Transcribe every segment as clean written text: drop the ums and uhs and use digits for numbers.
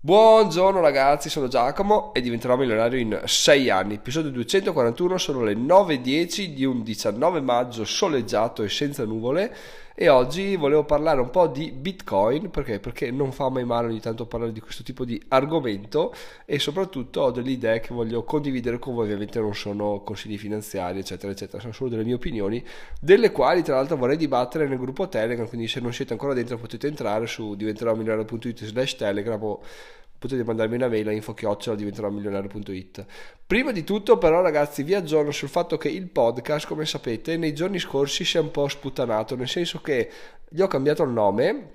Buongiorno ragazzi, sono Giacomo e diventerò milionario in 6 anni. Episodio 241, sono le 9:10 di un 19 maggio soleggiato e senza nuvole e oggi volevo parlare un po' di Bitcoin perché non fa mai male ogni tanto parlare di questo tipo di argomento e soprattutto ho delle idee che voglio condividere con voi. Ovviamente non sono consigli finanziari eccetera eccetera, sono solo delle mie opinioni delle quali tra l'altro vorrei dibattere nel gruppo Telegram, quindi se non siete ancora dentro potete entrare su diventeròmilionario.it/telegram o potete mandarmi una mail a info@diventeròmilionario.it. Prima di tutto però ragazzi vi aggiorno sul fatto che il podcast, come sapete, nei giorni scorsi si è un po' sputtanato, nel senso che gli ho cambiato il nome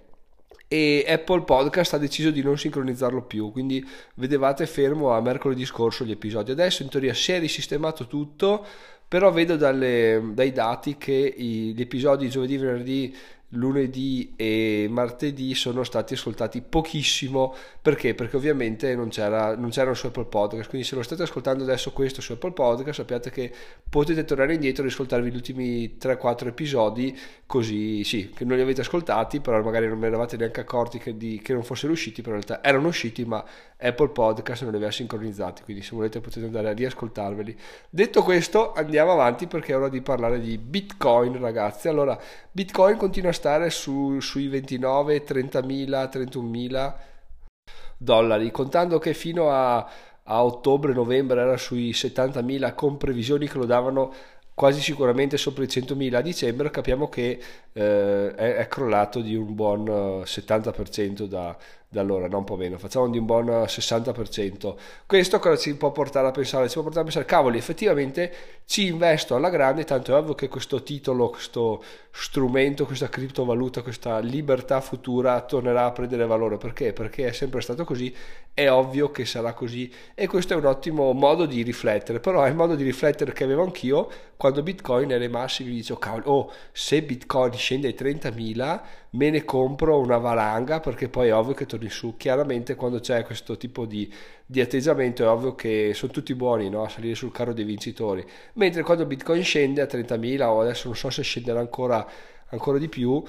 e Apple Podcast ha deciso di non sincronizzarlo più, quindi vedevate fermo a mercoledì scorso gli episodi. Adesso in teoria si è risistemato tutto, però vedo dai dati che gli episodi giovedì, venerdì, lunedì e martedì sono stati ascoltati pochissimo. Perché ovviamente non c'erano su Apple Podcast, quindi se lo state ascoltando adesso questo su Apple Podcast sappiate che potete tornare indietro e ascoltarvi gli ultimi 3-4 episodi, così sì, che non li avete ascoltati, però magari non vi eravate neanche accorti che non fossero usciti, però in realtà erano usciti, ma Apple Podcast non li aveva sincronizzati, quindi se volete potete andare a riascoltarveli. Detto questo, andiamo avanti perché è ora di parlare di Bitcoin, ragazzi. Allora, Bitcoin continua a stare sui 29, 30.000, 31.000 dollari, contando che fino a ottobre-novembre era sui 70.000 con previsioni che lo davano quasi sicuramente sopra i 100.000. A dicembre capiamo che è crollato di un buon 70% da allora, no, un po' meno, facciamo di un buon 60%. Questo cosa ci può portare a pensare? Ci può portare a pensare, cavoli, effettivamente ci investo alla grande, tanto è ovvio che questo titolo, questo strumento, questa criptovaluta, questa libertà futura tornerà a prendere valore. Perché? Perché è sempre stato così, è ovvio che sarà così e questo è un ottimo modo di riflettere, però è il modo di riflettere che avevo anch'io quando Bitcoin era ai massimi. Dicevo, cavolo, se Bitcoin scende ai 30.000 me ne compro una valanga, perché poi è ovvio che torni su. Chiaramente quando c'è questo tipo di atteggiamento è ovvio che sono tutti buoni, no? A salire sul carro dei vincitori, mentre quando Bitcoin scende a 30.000 o adesso non so se scenderà ancora di più,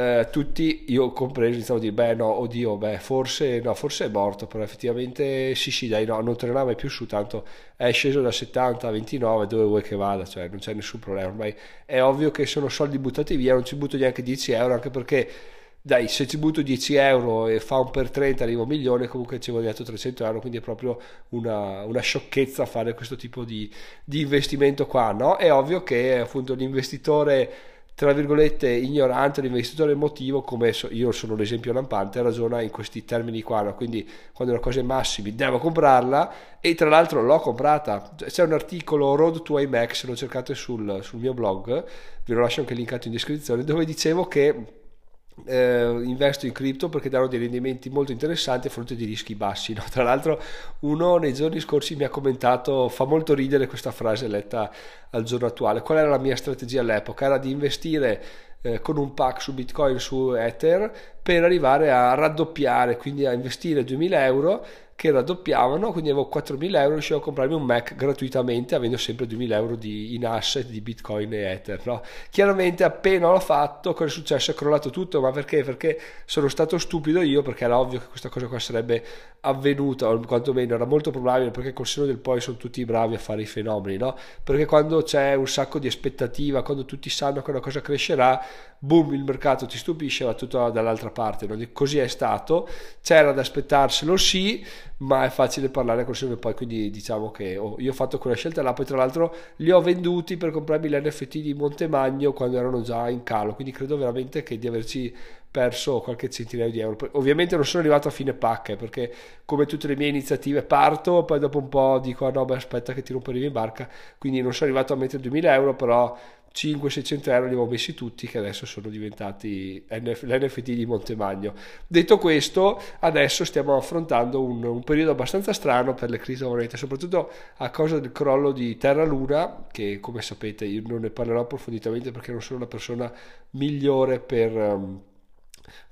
tutti, io compreso, iniziamo a dire beh no, oddio, beh forse no, forse è morto, però effettivamente sì dai, no, non tornerà mai più su, tanto è sceso da 70 a 29, dove vuoi che vada, cioè non c'è nessun problema. Ormai è ovvio che sono soldi buttati via, non ci butto neanche 10 euro, anche perché dai, se ci butto 10 euro e fa un per 30 arrivo a 1.000.000, comunque ci ho guadagnato 300 euro, quindi è proprio una sciocchezza fare questo tipo di investimento qua, no? È ovvio che appunto l'investitore tra virgolette ignorante, l'investitore emotivo, come io sono l'esempio lampante, ragiona in questi termini qua, no? Quindi quando una cosa è massimi devo comprarla, e tra l'altro l'ho comprata. C'è un articolo Road to iMac, se lo cercate sul mio blog, vi lo lascio anche linkato in descrizione, dove dicevo che investo in cripto perché danno dei rendimenti molto interessanti a fronte di rischi bassi, no? Tra l'altro uno nei giorni scorsi mi ha commentato, fa molto ridere questa frase letta al giorno attuale: qual era la mia strategia all'epoca? Era di investire con un pack su Bitcoin, su Ether, per arrivare a raddoppiare, quindi a investire 2.000 euro che raddoppiavano, quindi avevo 4.000 euro, riuscivo a comprarmi un Mac gratuitamente avendo sempre 2.000 euro in asset di Bitcoin e Ether, no? Chiaramente appena l'ho fatto, cosa è successo? È crollato tutto, ma perché? Perché sono stato stupido io, perché era ovvio che questa cosa qua sarebbe avvenuta, o quantomeno era molto probabile, perché col senno del poi sono tutti bravi a fare i fenomeni, no? Perché quando c'è un sacco di aspettativa, quando tutti sanno che una cosa crescerà, boom, il mercato ti stupisce, va tutto dall'altra parte, no? Così è stato, c'era da aspettarselo, sì, ma è facile parlare col senno del poi, quindi diciamo che io ho fatto quella scelta là. Poi tra l'altro li ho venduti per comprarmi l'NFT di Montemagno quando erano già in calo, quindi credo veramente che di averci perso qualche centinaio di euro. Ovviamente non sono arrivato a fine pacche, perché come tutte le mie iniziative parto, poi dopo un po' dico no beh aspetta che tiro un po' in barca, quindi non sono arrivato a mettere 2.000 euro, però 500-600 euro li avevo messi tutti, che adesso sono diventati l'NFT di Montemagno. Detto questo, adesso stiamo affrontando un periodo abbastanza strano per le criptovalute, soprattutto a causa del crollo di Terra Luna, che come sapete io non ne parlerò approfonditamente perché non sono la persona migliore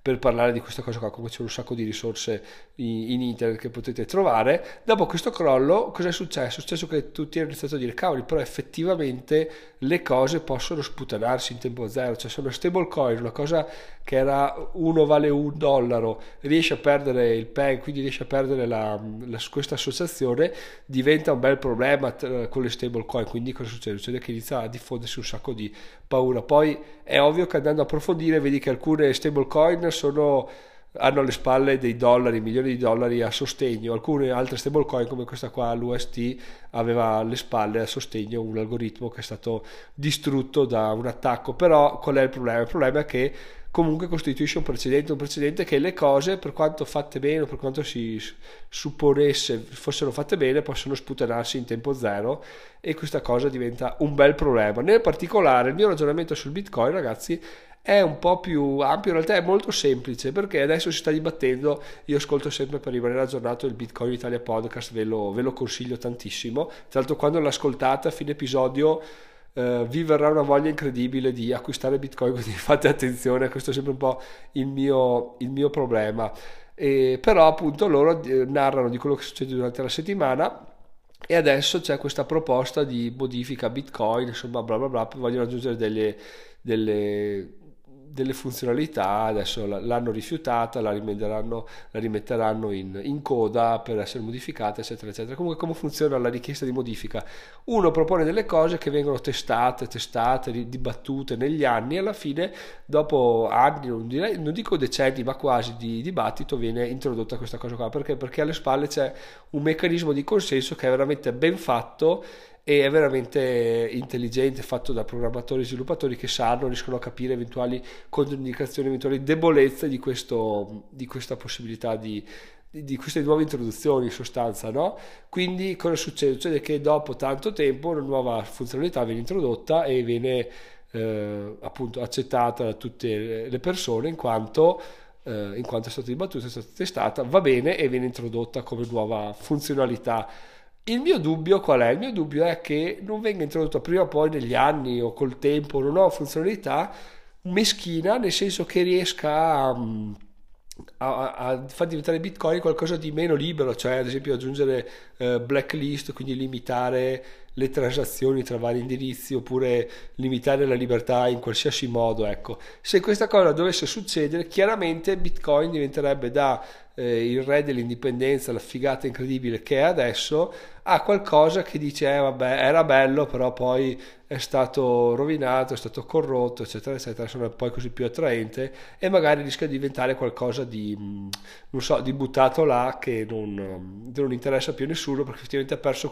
per parlare di questa cosa qua, come c'è un sacco di risorse in internet che potete trovare. Dopo questo crollo cosa è successo? È successo che tutti hanno iniziato a dire cavoli, però effettivamente le cose possono sputanarsi in tempo zero, cioè sono stablecoin, una cosa che era uno vale $1, riesce a perdere il PEG, quindi riesce a perdere questa associazione, diventa un bel problema con le stablecoin. Quindi cosa succede? Succede che inizia a diffondersi un sacco di paura. Poi è ovvio che andando a approfondire vedi che alcune stablecoin hanno alle spalle dei dollari, milioni di dollari a sostegno. Alcune altre stablecoin come questa qua, l'UST, aveva alle spalle a sostegno un algoritmo che è stato distrutto da un attacco. Però qual è il problema? Il problema è che comunque costituisce un precedente che le cose, per quanto fatte bene o per quanto si supponesse fossero fatte bene, possono sputanarsi in tempo zero, e questa cosa diventa un bel problema. Nel particolare il mio ragionamento sul Bitcoin, ragazzi, è un po' più ampio, in realtà è molto semplice, perché adesso si sta dibattendo. Io ascolto sempre, per rimanere aggiornato, il Bitcoin Italia podcast, ve lo consiglio tantissimo. Tra l'altro quando l'ascoltate a fine episodio vi verrà una voglia incredibile di acquistare Bitcoin, quindi fate attenzione, questo è sempre un po' il mio problema. Però appunto loro narrano di quello che succede durante la settimana, e adesso c'è questa proposta di modifica Bitcoin, insomma bla bla bla, vogliono aggiungere delle funzionalità. Adesso l'hanno rifiutata, la rimetteranno in coda per essere modificata, eccetera eccetera. Comunque, come funziona la richiesta di modifica? Uno propone delle cose che vengono testate, dibattute negli anni, e alla fine, dopo anni, non dico decenni, ma quasi di dibattito, viene introdotta questa cosa qua. Perché alle spalle c'è un meccanismo di consenso che è veramente ben fatto e è veramente intelligente, fatto da programmatori e sviluppatori che riescono a capire eventuali controindicazioni, eventuali debolezze di questa possibilità di queste nuove introduzioni, in sostanza, no? Quindi cosa succede? Succede che dopo tanto tempo una nuova funzionalità viene introdotta e viene appunto accettata da tutte le persone, in quanto è stata dibattuta, è stata testata, va bene, e viene introdotta come nuova funzionalità. Il mio dubbio qual è? Il mio dubbio è che non venga introdotta prima o poi negli anni o col tempo una nuova funzionalità meschina, nel senso che riesca a far diventare Bitcoin qualcosa di meno libero, cioè ad esempio aggiungere blacklist, quindi limitare le transazioni tra vari indirizzi, oppure limitare la libertà in qualsiasi modo. Ecco, se questa cosa dovesse succedere, chiaramente Bitcoin diventerebbe da il re dell'indipendenza, la figata incredibile che è adesso, a qualcosa che dice vabbè, era bello, però poi è stato rovinato, è stato corrotto, eccetera eccetera, non è poi così più attraente, e magari rischia di diventare qualcosa di non so, di buttato là, che non interessa più a nessuno, perché effettivamente ha perso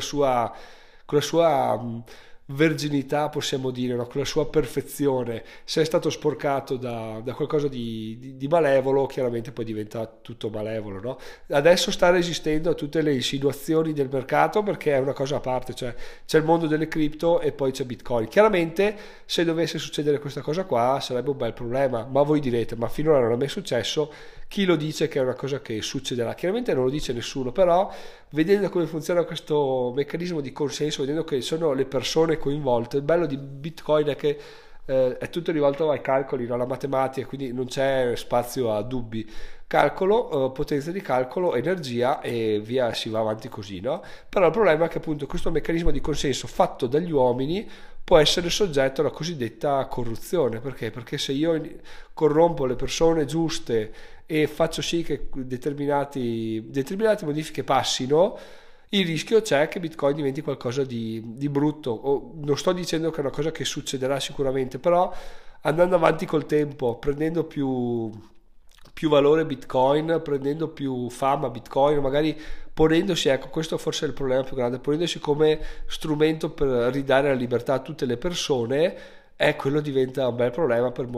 quella sua verginità, possiamo dire, no? Quella sua perfezione. Se è stato sporcato da qualcosa di malevolo, chiaramente poi diventa tutto malevolo, no? Adesso sta resistendo a tutte le insinuazioni del mercato, perché è una cosa a parte, cioè c'è il mondo delle cripto e poi c'è Bitcoin. Chiaramente se dovesse succedere questa cosa qua sarebbe un bel problema, ma voi direte, ma finora non è mai successo, chi lo dice che è una cosa che succederà? Chiaramente non lo dice nessuno, però vedendo come funziona questo meccanismo di consenso, vedendo che sono le persone coinvolte, il bello di Bitcoin è che è tutto rivolto ai calcoli, no? Alla matematica, quindi non c'è spazio a dubbi. Calcolo, potenza di calcolo, energia, e via si va avanti così, no? Però il problema è che appunto questo meccanismo di consenso fatto dagli uomini può essere soggetto alla cosiddetta corruzione. Perché se io corrompo le persone giuste e faccio sì che determinate modifiche passino, il rischio c'è che Bitcoin diventi qualcosa di brutto. Non sto dicendo che è una cosa che succederà sicuramente, però andando avanti col tempo, prendendo più valore Bitcoin, prendendo più fama Bitcoin, magari ponendosi, ecco, questo forse è il problema più grande, ponendosi come strumento per ridare la libertà a tutte le persone, quello diventa un bel problema per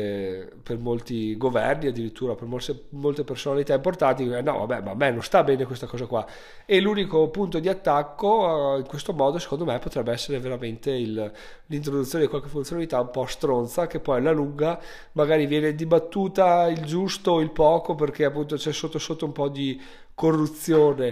molti governi, addirittura per molte personalità importanti. No, vabbè, ma a me non sta bene questa cosa qua. E l'unico punto di attacco in questo modo, secondo me, potrebbe essere veramente l'introduzione di qualche funzionalità un po' stronza, che poi alla lunga magari viene dibattuta il giusto o il poco, perché appunto c'è sotto un po' di corruzione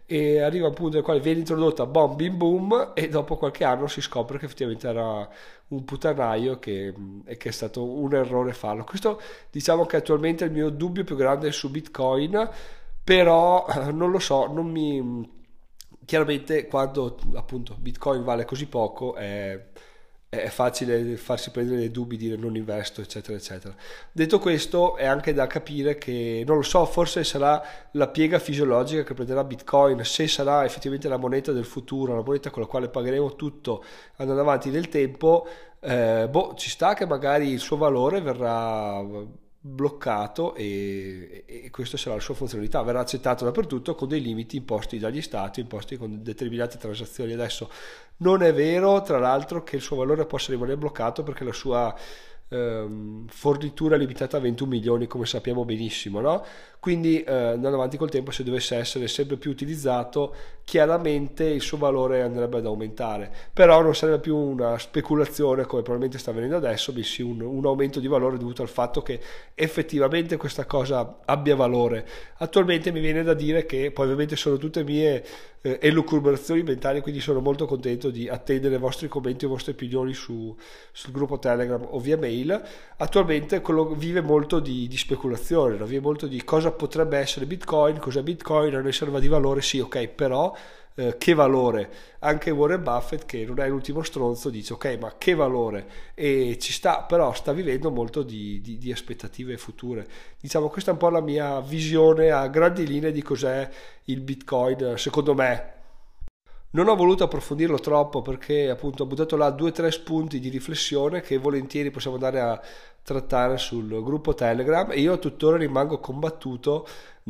e arriva un punto nel quale viene introdotta bom bim boom e dopo qualche anno si scopre che effettivamente era un puttanaio e che è stato un errore farlo. Questo diciamo che attualmente è il mio dubbio più grande su Bitcoin, però non lo so, non mi... Chiaramente quando appunto Bitcoin vale così poco è facile farsi prendere dei dubbi, dire non investo, eccetera, eccetera. Detto questo, è anche da capire che, non lo so, forse sarà la piega fisiologica che prenderà Bitcoin, se sarà effettivamente la moneta del futuro, la moneta con la quale pagheremo tutto andando avanti nel tempo, ci sta che magari il suo valore verrà bloccato e questo sarà la sua funzionalità, verrà accettato dappertutto con dei limiti imposti dagli stati, imposti con determinate transazioni. Adesso non è vero tra l'altro che il suo valore possa rimanere bloccato, perché la sua fornitura è limitata a 21 milioni, come sappiamo benissimo, no? Quindi andando avanti col tempo, se dovesse essere sempre più utilizzato, chiaramente il suo valore andrebbe ad aumentare, però non sarebbe più una speculazione come probabilmente sta avvenendo adesso, bensì un aumento di valore dovuto al fatto che effettivamente questa cosa abbia valore. Attualmente mi viene da dire che, poi ovviamente sono tutte mie elucubrazioni mentali, quindi sono molto contento di attendere i vostri commenti e le vostre opinioni sul gruppo Telegram o via mail. Attualmente quello vive molto di speculazione, no? Vive molto di cosa potrebbe essere Bitcoin, cos'è Bitcoin, è una riserva di valore, sì, ok, però che valore? Anche Warren Buffett, che non è l'ultimo stronzo, dice ok, ma che valore? E ci sta, però sta vivendo molto di aspettative future. Diciamo, questa è un po' la mia visione a grandi linee di cos'è il Bitcoin, secondo me. Non ho voluto approfondirlo troppo perché appunto ho buttato là 2 o 3 spunti di riflessione che volentieri possiamo andare a trattare sul gruppo Telegram, e io tuttora rimango combattuto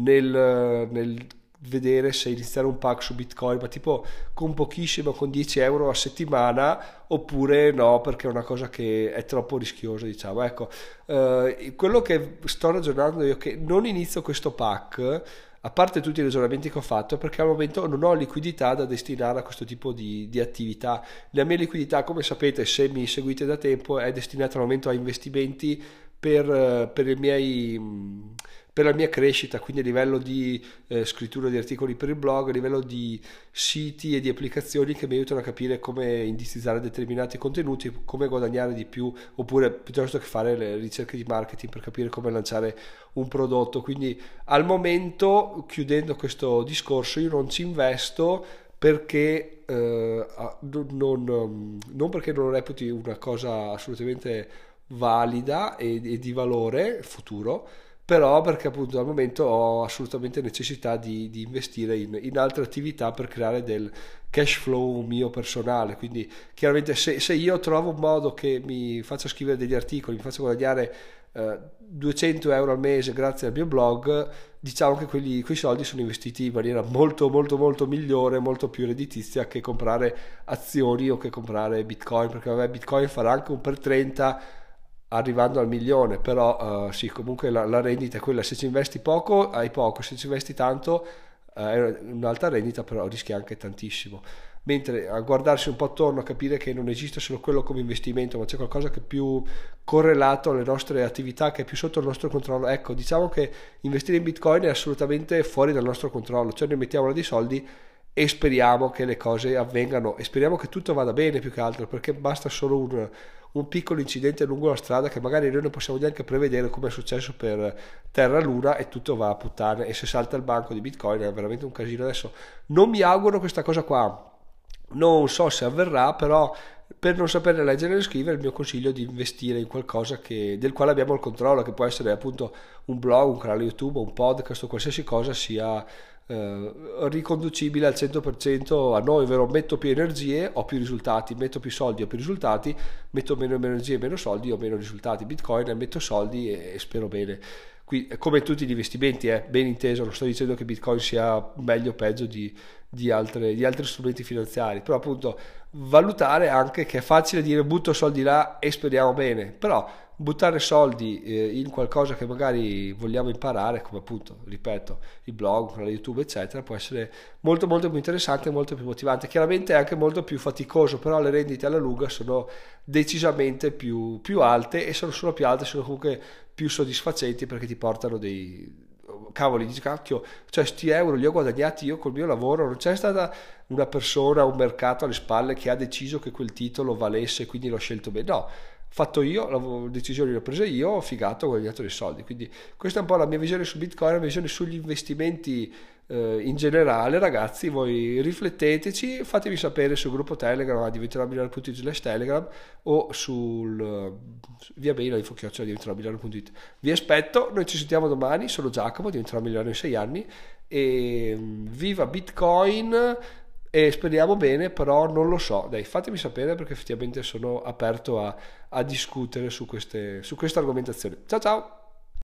nel vedere se iniziare un pack su Bitcoin, ma tipo con pochissimo, con 10 euro a settimana, oppure no, perché è una cosa che è troppo rischiosa, diciamo. Ecco, quello che sto ragionando io è che non inizio questo pack, a parte tutti i ragionamenti che ho fatto, perché al momento non ho liquidità da destinare a questo tipo di attività. La mia liquidità, come sapete, se mi seguite da tempo, è destinata al momento a investimenti per i miei, per la mia crescita, quindi a livello di scrittura di articoli per il blog, a livello di siti e di applicazioni che mi aiutano a capire come indicizzare determinati contenuti, come guadagnare di più, oppure piuttosto che fare le ricerche di marketing per capire come lanciare un prodotto. Quindi al momento, chiudendo questo discorso, io non ci investo perché non perché non lo reputi una cosa assolutamente valida e di valore futuro, però perché appunto al momento ho assolutamente necessità di investire in altre attività per creare del cash flow mio personale. Quindi chiaramente se io trovo un modo che mi faccia scrivere degli articoli, mi faccia guadagnare 200 euro al mese grazie al mio blog, diciamo che quei soldi sono investiti in maniera molto molto molto migliore, molto più redditizia che comprare azioni o che comprare Bitcoin, perché vabbè, Bitcoin farà anche un per 30 arrivando al milione, però sì, comunque la rendita è quella. Se ci investi poco hai poco, se ci investi tanto è un'alta rendita, però rischi anche tantissimo. Mentre a guardarsi un po' attorno, a capire che non esiste solo quello come investimento, ma c'è qualcosa che è più correlato alle nostre attività, che è più sotto il nostro controllo. Ecco, diciamo che investire in Bitcoin è assolutamente fuori dal nostro controllo, cioè noi mettiamo dei soldi e speriamo che le cose avvengano e speriamo che tutto vada bene, più che altro, perché basta solo un piccolo incidente lungo la strada che magari noi non possiamo neanche prevedere, come è successo per Terra Luna, e tutto va a puttane e se salta il banco di Bitcoin è veramente un casino. Adesso non mi auguro questa cosa qua, non so se avverrà, però per non sapere leggere e scrivere il mio consiglio è di investire in qualcosa del quale abbiamo il controllo, che può essere appunto un blog, un canale YouTube, un podcast o qualsiasi cosa sia riconducibile al 100% a noi, ovvero metto più energie ho più risultati, metto più soldi ho più risultati, metto meno energie e meno soldi ho meno risultati. Bitcoin metto soldi e spero bene. Qui, come tutti gli investimenti, è ben inteso, non sto dicendo che Bitcoin sia meglio o peggio di altri strumenti finanziari, però appunto valutare anche che è facile dire butto soldi là e speriamo bene, però buttare soldi in qualcosa che magari vogliamo imparare, come appunto, ripeto, il blog, la YouTube, eccetera, può essere molto molto più interessante e molto più motivante. Chiaramente è anche molto più faticoso, però le rendite alla lunga sono decisamente più alte, e sono più alte, sono comunque più soddisfacenti perché ti portano cavoli, dici cacchio, cioè sti euro li ho guadagnati io col mio lavoro, non c'è stata una persona, un mercato alle spalle che ha deciso che quel titolo valesse, quindi l'ho scelto bene. No, fatto io, la decisione l'ho presa io, ho figato, ho guadagnato dei soldi. Quindi questa è un po' la mia visione su Bitcoin, la mia visione sugli investimenti in generale. Ragazzi, voi rifletteteci, fatemi sapere sul gruppo Telegram a diventeròmilionario.it/telegram o sul via mail a info@diventeròmilionario.it. Vi aspetto, noi ci sentiamo domani, sono Giacomo, diventerò milionario in 6 anni e viva Bitcoin e speriamo bene, però non lo so, dai, fatemi sapere perché effettivamente sono aperto a discutere su queste argomentazioni. Ciao ciao!